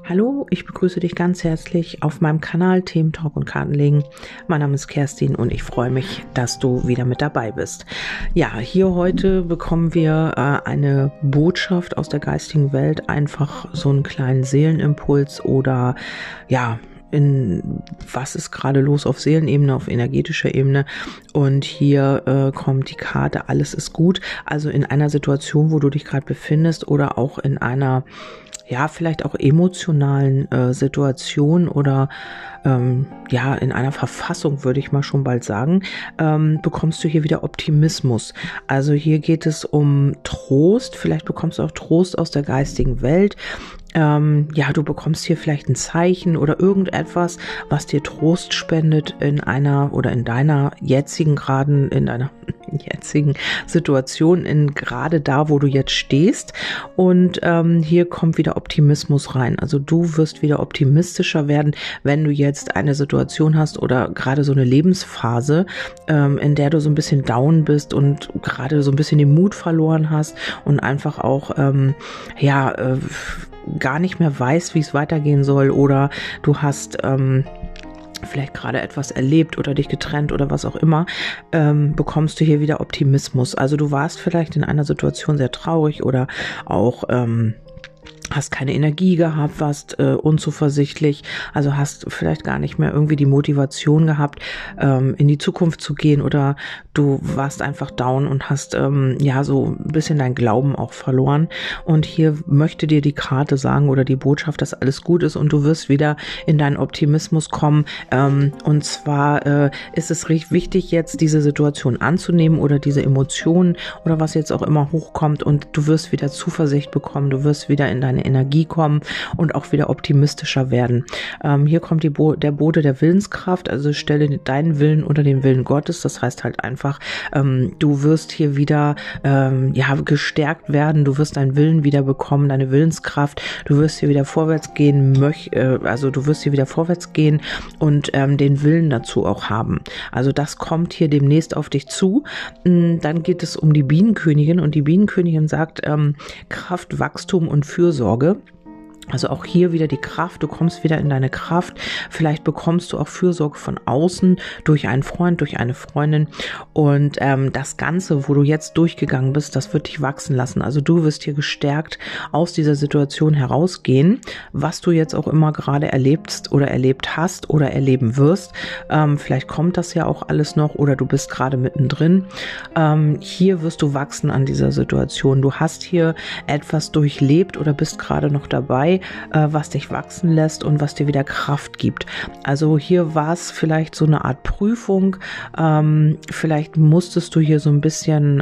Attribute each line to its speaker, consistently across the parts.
Speaker 1: Hallo, ich begrüße dich ganz herzlich auf meinem Kanal Themen Talk und Kartenlegen. Mein Name ist Kerstin und ich freue mich, dass du wieder mit dabei bist. Ja, hier heute bekommen wir eine Botschaft aus der geistigen Welt, einfach so einen kleinen Seelenimpuls oder ja, was ist gerade los auf Seelenebene, auf energetischer Ebene. Und hier kommt die Karte, alles ist gut. Also in einer Situation, wo du dich gerade befindest oder auch in einer, ja, vielleicht auch emotionalen Situation oder in einer Verfassung, würde ich mal schon bald sagen, bekommst du hier wieder Optimismus. Also hier geht es um Trost, vielleicht bekommst du auch Trost aus der geistigen Welt. Du bekommst hier vielleicht ein Zeichen oder irgendetwas, was dir Trost spendet in deiner jetzigen Situation, gerade da, wo du jetzt stehst. Und hier kommt wieder Optimismus rein. Also du wirst wieder optimistischer werden, wenn du jetzt eine Situation hast oder gerade so eine Lebensphase, in der du so ein bisschen down bist und gerade so ein bisschen den Mut verloren hast und einfach auch, gar nicht mehr weißt, wie es weitergehen soll, oder du hast vielleicht gerade etwas erlebt oder dich getrennt oder was auch immer, bekommst du hier wieder Optimismus. Also du warst vielleicht in einer Situation sehr traurig oder auch hast keine Energie gehabt, warst unzuversichtlich, also hast vielleicht gar nicht mehr irgendwie die Motivation gehabt, in die Zukunft zu gehen, oder du warst einfach down und hast so ein bisschen dein Glauben auch verloren. Und hier möchte dir die Karte sagen oder die Botschaft, dass alles gut ist und du wirst wieder in deinen Optimismus kommen. Und zwar ist es recht wichtig, jetzt diese Situation anzunehmen oder diese Emotionen oder was jetzt auch immer hochkommt, und du wirst wieder Zuversicht bekommen, du wirst wieder in deine Energie kommen und auch wieder optimistischer werden. Hier kommt der Bote der Willenskraft, also stelle deinen Willen unter den Willen Gottes. Das heißt halt einfach, du wirst hier wieder gestärkt werden, du wirst deinen Willen wieder bekommen, deine Willenskraft, du wirst hier wieder vorwärts gehen, und den Willen dazu auch haben. Also das kommt hier demnächst auf dich zu. Dann geht es um die Bienenkönigin, und die Bienenkönigin sagt Kraft, Wachstum und Fürsorge. Also auch hier wieder die Kraft, du kommst wieder in deine Kraft. Vielleicht bekommst du auch Fürsorge von außen durch einen Freund, durch eine Freundin. Und das Ganze, wo du jetzt durchgegangen bist, das wird dich wachsen lassen. Also du wirst hier gestärkt aus dieser Situation herausgehen, was du jetzt auch immer gerade erlebst oder erlebt hast oder erleben wirst. Vielleicht kommt das ja auch alles noch oder du bist gerade mittendrin. Hier wirst du wachsen an dieser Situation. Du hast hier etwas durchlebt oder bist gerade noch dabei, was dich wachsen lässt und was dir wieder Kraft gibt. Also hier war es vielleicht so eine Art Prüfung. Vielleicht musstest du hier so ein bisschen,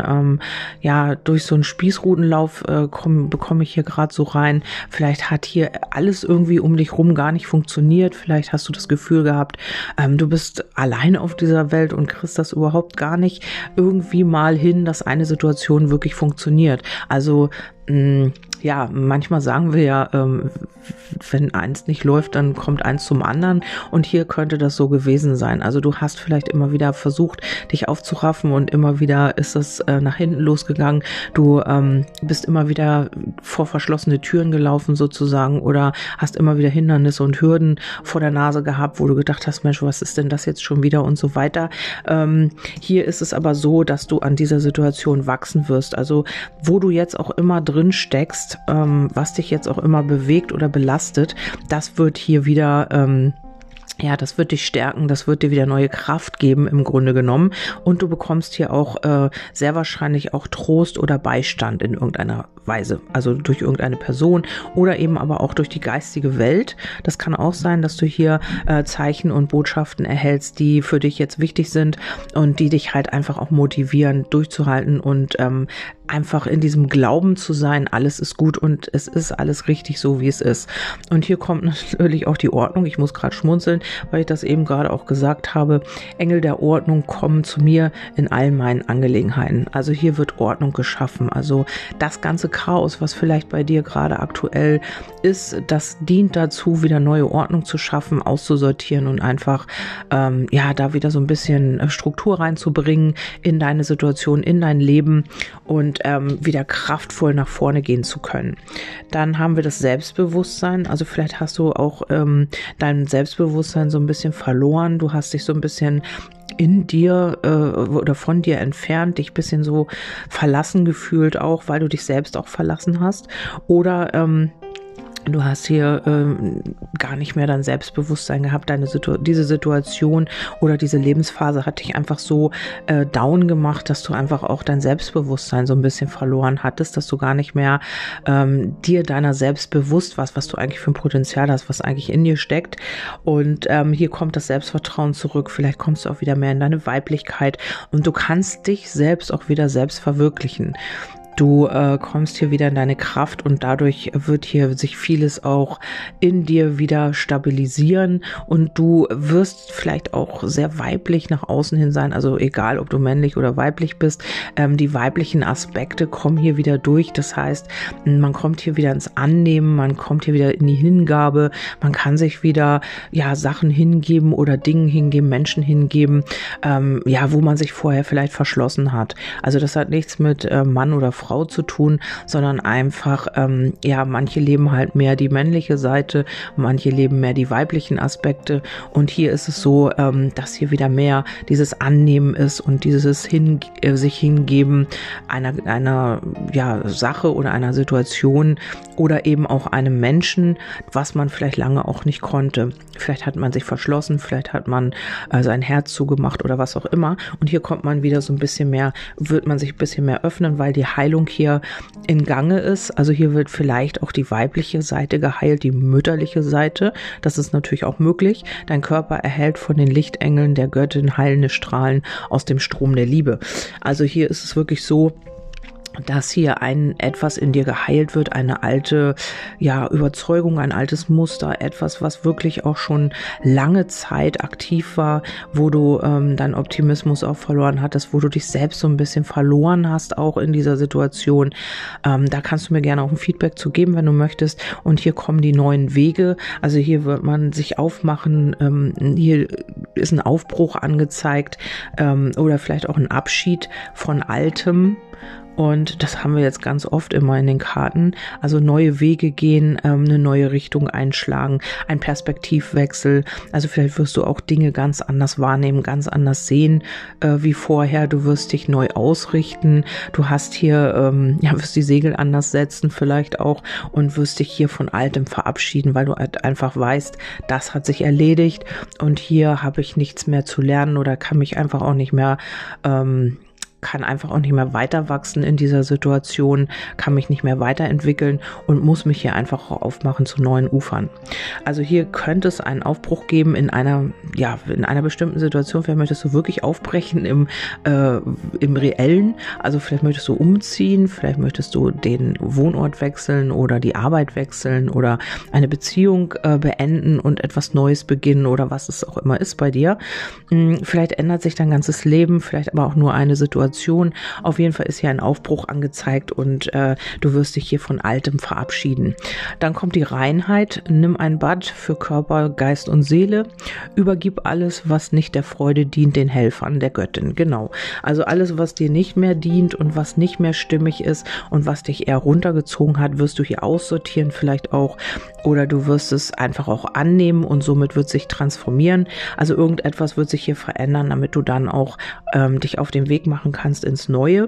Speaker 1: durch so einen Spießrutenlauf bekomme ich hier gerade so rein. Vielleicht hat hier alles irgendwie um dich rum gar nicht funktioniert. Vielleicht hast du das Gefühl gehabt, du bist alleine auf dieser Welt und kriegst das überhaupt gar nicht irgendwie mal hin, dass eine Situation wirklich funktioniert. Also manchmal sagen wir ja, wenn eins nicht läuft, dann kommt eins zum anderen, und hier könnte das so gewesen sein. Also du hast vielleicht immer wieder versucht, dich aufzuraffen, und immer wieder ist es nach hinten losgegangen. Du bist immer wieder vor verschlossene Türen gelaufen sozusagen, oder hast immer wieder Hindernisse und Hürden vor der Nase gehabt, wo du gedacht hast, Mensch, was ist denn das jetzt schon wieder und so weiter. Hier ist es aber so, dass du an dieser Situation wachsen wirst. Also wo du jetzt auch immer drin steckst, was dich jetzt auch immer bewegt oder belastet, das wird hier wieder das wird dich stärken, das wird dir wieder neue Kraft geben im Grunde genommen, und du bekommst hier auch sehr wahrscheinlich auch Trost oder Beistand in irgendeiner Weise, also durch irgendeine Person oder eben aber auch durch die geistige Welt. Das kann auch sein, dass du hier Zeichen und Botschaften erhältst, die für dich jetzt wichtig sind und die dich halt einfach auch motivieren, durchzuhalten und einfach in diesem Glauben zu sein, alles ist gut und es ist alles richtig so, wie es ist. Und hier kommt natürlich auch die Ordnung. Ich muss gerade schmunzeln. weil ich das eben gerade auch gesagt habe, Engel der Ordnung kommen zu mir in allen meinen Angelegenheiten. Also hier wird Ordnung geschaffen. Also das ganze Chaos, was vielleicht bei dir gerade aktuell ist, das dient dazu, wieder neue Ordnung zu schaffen, auszusortieren und einfach da wieder so ein bisschen Struktur reinzubringen in deine Situation, in dein Leben und wieder kraftvoll nach vorne gehen zu können. Dann haben wir das Selbstbewusstsein. Also vielleicht hast du auch dein Selbstbewusstsein so ein bisschen verloren. Du hast dich so ein bisschen in dir oder von dir entfernt, dich ein bisschen so verlassen gefühlt auch, weil du dich selbst auch verlassen hast. Oder du hast hier gar nicht mehr dein Selbstbewusstsein gehabt, diese Situation oder diese Lebensphase hat dich einfach so down gemacht, dass du einfach auch dein Selbstbewusstsein so ein bisschen verloren hattest, dass du gar nicht mehr dir deiner selbst bewusst warst, was du eigentlich für ein Potenzial hast, was eigentlich in dir steckt. Und hier kommt das Selbstvertrauen zurück, vielleicht kommst du auch wieder mehr in deine Weiblichkeit und du kannst dich selbst auch wieder selbst verwirklichen. Du kommst hier wieder in deine Kraft und dadurch wird hier sich vieles auch in dir wieder stabilisieren und du wirst vielleicht auch sehr weiblich nach außen hin sein, also egal, ob du männlich oder weiblich bist, die weiblichen Aspekte kommen hier wieder durch, das heißt, man kommt hier wieder ins Annehmen, man kommt hier wieder in die Hingabe, man kann sich wieder Sachen hingeben oder Dingen hingeben, Menschen hingeben, wo man sich vorher vielleicht verschlossen hat. Also das hat nichts mit Mann oder Frau zu tun, sondern einfach, manche leben halt mehr die männliche Seite, manche leben mehr die weiblichen Aspekte und hier ist es so, dass hier wieder mehr dieses Annehmen ist und dieses sich hingeben einer Sache oder einer Situation oder eben auch einem Menschen, was man vielleicht lange auch nicht konnte. Vielleicht hat man sich verschlossen, vielleicht hat man sein Herz zugemacht oder was auch immer und hier kommt man wieder so ein bisschen mehr, wird man sich ein bisschen mehr öffnen, weil die Heilung hier in Gange ist. Also hier wird vielleicht auch die weibliche Seite geheilt, die mütterliche Seite. Das ist natürlich auch möglich. Dein Körper erhält von den Lichtengeln der Göttin heilende Strahlen aus dem Strom der Liebe. Also hier ist es wirklich so, dass hier etwas in dir geheilt wird, eine alte Überzeugung, ein altes Muster, etwas, was wirklich auch schon lange Zeit aktiv war, wo du deinen Optimismus auch verloren hattest, wo du dich selbst so ein bisschen verloren hast, auch in dieser Situation. Da kannst du mir gerne auch ein Feedback zu geben, wenn du möchtest. Und hier kommen die neuen Wege. Also hier wird man sich aufmachen, hier ist ein Aufbruch angezeigt oder vielleicht auch ein Abschied von Altem. Und das haben wir jetzt ganz oft immer in den Karten. Also neue Wege gehen, eine neue Richtung einschlagen, ein Perspektivwechsel. Also vielleicht wirst du auch Dinge ganz anders wahrnehmen, ganz anders sehen wie vorher. Du wirst dich neu ausrichten. Du hast hier, wirst die Segel anders setzen vielleicht auch und wirst dich hier von Altem verabschieden, weil du halt einfach weißt, das hat sich erledigt und hier habe ich nichts mehr zu lernen oder kann mich einfach auch nicht mehr kann einfach auch nicht mehr weiter wachsen in dieser Situation, kann mich nicht mehr weiterentwickeln und muss mich hier einfach auch aufmachen zu neuen Ufern. Also hier könnte es einen Aufbruch geben in einer bestimmten Situation. Vielleicht möchtest du wirklich aufbrechen im Reellen. Also vielleicht möchtest du umziehen, vielleicht möchtest du den Wohnort wechseln oder die Arbeit wechseln oder eine Beziehung beenden und etwas Neues beginnen oder was es auch immer ist bei dir. Vielleicht ändert sich dein ganzes Leben, vielleicht aber auch nur eine Situation. Auf jeden Fall ist hier ein Aufbruch angezeigt und du wirst dich hier von Altem verabschieden. Dann kommt die Reinheit. Nimm ein Bad für Körper, Geist und Seele. Übergib alles, was nicht der Freude dient, den Helfern der Göttin. Genau. Also alles, was dir nicht mehr dient und was nicht mehr stimmig ist und was dich eher runtergezogen hat, wirst du hier aussortieren vielleicht auch. Oder du wirst es einfach auch annehmen und somit wird sich transformieren. Also irgendetwas wird sich hier verändern, damit du dann auch dich auf den Weg machen kannst ins Neue.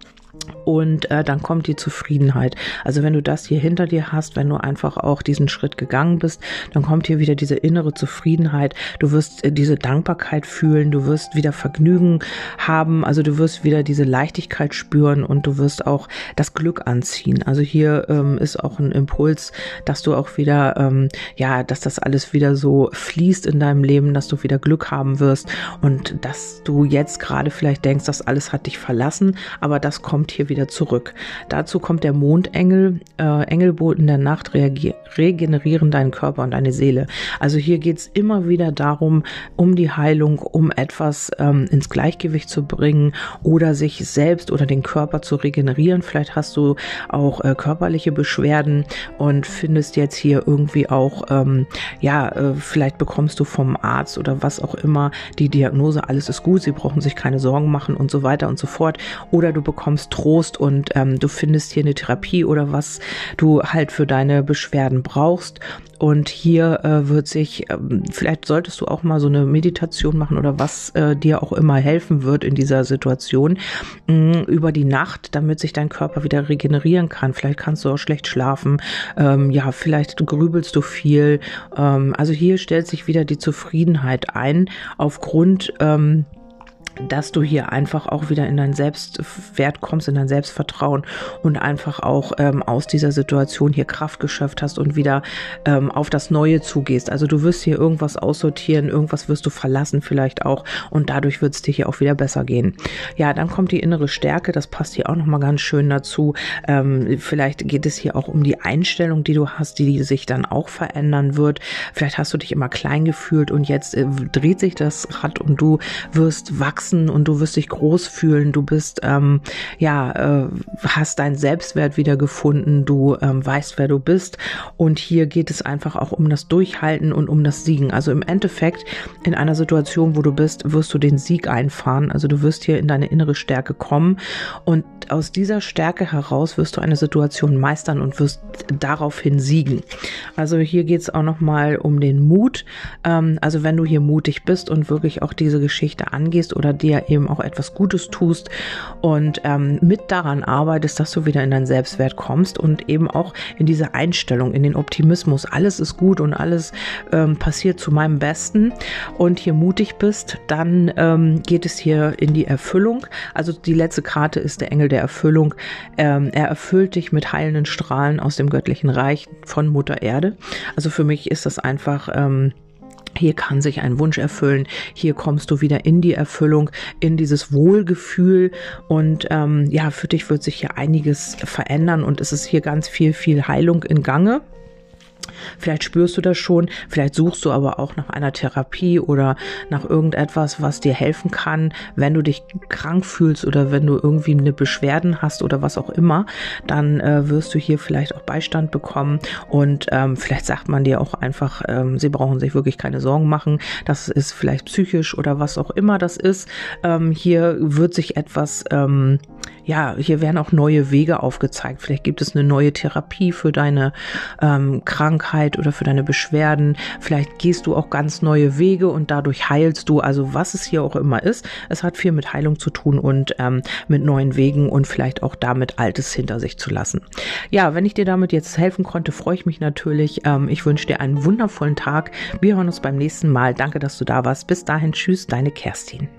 Speaker 1: Und dann kommt die Zufriedenheit. Also wenn du das hier hinter dir hast, wenn du einfach auch diesen Schritt gegangen bist, dann kommt hier wieder diese innere Zufriedenheit. Du wirst diese Dankbarkeit fühlen, du wirst wieder Vergnügen haben, also du wirst wieder diese Leichtigkeit spüren und du wirst auch das Glück anziehen. Also hier ist auch ein Impuls, dass du auch wieder, dass das alles wieder so fließt in deinem Leben, dass du wieder Glück haben wirst und dass du jetzt gerade vielleicht denkst, das alles hat dich verlassen, aber das kommt hier wieder zurück. Dazu kommt der Mondengel, Engelboten der Nacht regenerieren deinen Körper und deine Seele. Also hier geht es immer wieder darum, um die Heilung, um etwas ins Gleichgewicht zu bringen oder sich selbst oder den Körper zu regenerieren. Vielleicht hast du auch körperliche Beschwerden und findest jetzt hier irgendwie auch, vielleicht bekommst du vom Arzt oder was auch immer die Diagnose, alles ist gut, sie brauchen sich keine Sorgen machen und so weiter und so fort. Oder du bekommst Trost und du findest hier eine Therapie oder was du halt für deine Beschwerden brauchst. Und hier wird sich, vielleicht solltest du auch mal so eine Meditation machen oder was dir auch immer helfen wird in dieser Situation über die Nacht, damit sich dein Körper wieder regenerieren kann. Vielleicht kannst du auch schlecht schlafen, vielleicht grübelst du viel. Also hier stellt sich wieder die Zufriedenheit ein aufgrund dass du hier einfach auch wieder in dein Selbstwert kommst, in dein Selbstvertrauen und einfach auch aus dieser Situation hier Kraft geschöpft hast und wieder auf das Neue zugehst. Also du wirst hier irgendwas aussortieren, irgendwas wirst du verlassen vielleicht auch und dadurch wird es dir hier auch wieder besser gehen. Ja, dann kommt die innere Stärke, das passt hier auch nochmal ganz schön dazu. Vielleicht geht es hier auch um die Einstellung, die du hast, die sich dann auch verändern wird. Vielleicht hast du dich immer klein gefühlt und jetzt dreht sich das Rad und du wirst wachsen und du wirst dich groß fühlen, du bist, hast deinen Selbstwert wieder gefunden, du weißt, wer du bist und hier geht es einfach auch um das Durchhalten und um das Siegen. Also im Endeffekt in einer Situation, wo du bist, wirst du den Sieg einfahren, also du wirst hier in deine innere Stärke kommen und aus dieser Stärke heraus wirst du eine Situation meistern und wirst daraufhin siegen. Also hier geht es auch nochmal um den Mut, also wenn du hier mutig bist und wirklich auch diese Geschichte angehst oder dir eben auch etwas Gutes tust und mit daran arbeitest, dass du wieder in deinen Selbstwert kommst und eben auch in diese Einstellung, in den Optimismus, alles ist gut und alles passiert zu meinem Besten und hier mutig bist, dann geht es hier in die Erfüllung. Also die letzte Karte ist der Engel der Erfüllung. Er erfüllt dich mit heilenden Strahlen aus dem göttlichen Reich von Mutter Erde. Also für mich ist das einfach hier kann sich ein Wunsch erfüllen, hier kommst du wieder in die Erfüllung, in dieses Wohlgefühl und für dich wird sich hier einiges verändern und es ist hier ganz viel Heilung in Gange. Vielleicht spürst du das schon, vielleicht suchst du aber auch nach einer Therapie oder nach irgendetwas, was dir helfen kann, wenn du dich krank fühlst oder wenn du irgendwie eine Beschwerden hast oder was auch immer, dann wirst du hier vielleicht auch Beistand bekommen und vielleicht sagt man dir auch einfach, sie brauchen sich wirklich keine Sorgen machen, das ist vielleicht psychisch oder was auch immer das ist. Hier wird sich etwas, hier werden auch neue Wege aufgezeigt, vielleicht gibt es eine neue Therapie für deine Krankheit oder für deine Beschwerden. Vielleicht gehst du auch ganz neue Wege und dadurch heilst du. Also was es hier auch immer ist, es hat viel mit Heilung zu tun und mit neuen Wegen und vielleicht auch damit Altes hinter sich zu lassen. Ja, wenn ich dir damit jetzt helfen konnte, freue ich mich natürlich. Ich wünsche dir einen wundervollen Tag. Wir hören uns beim nächsten Mal. Danke, dass du da warst. Bis dahin, tschüss, deine Kerstin.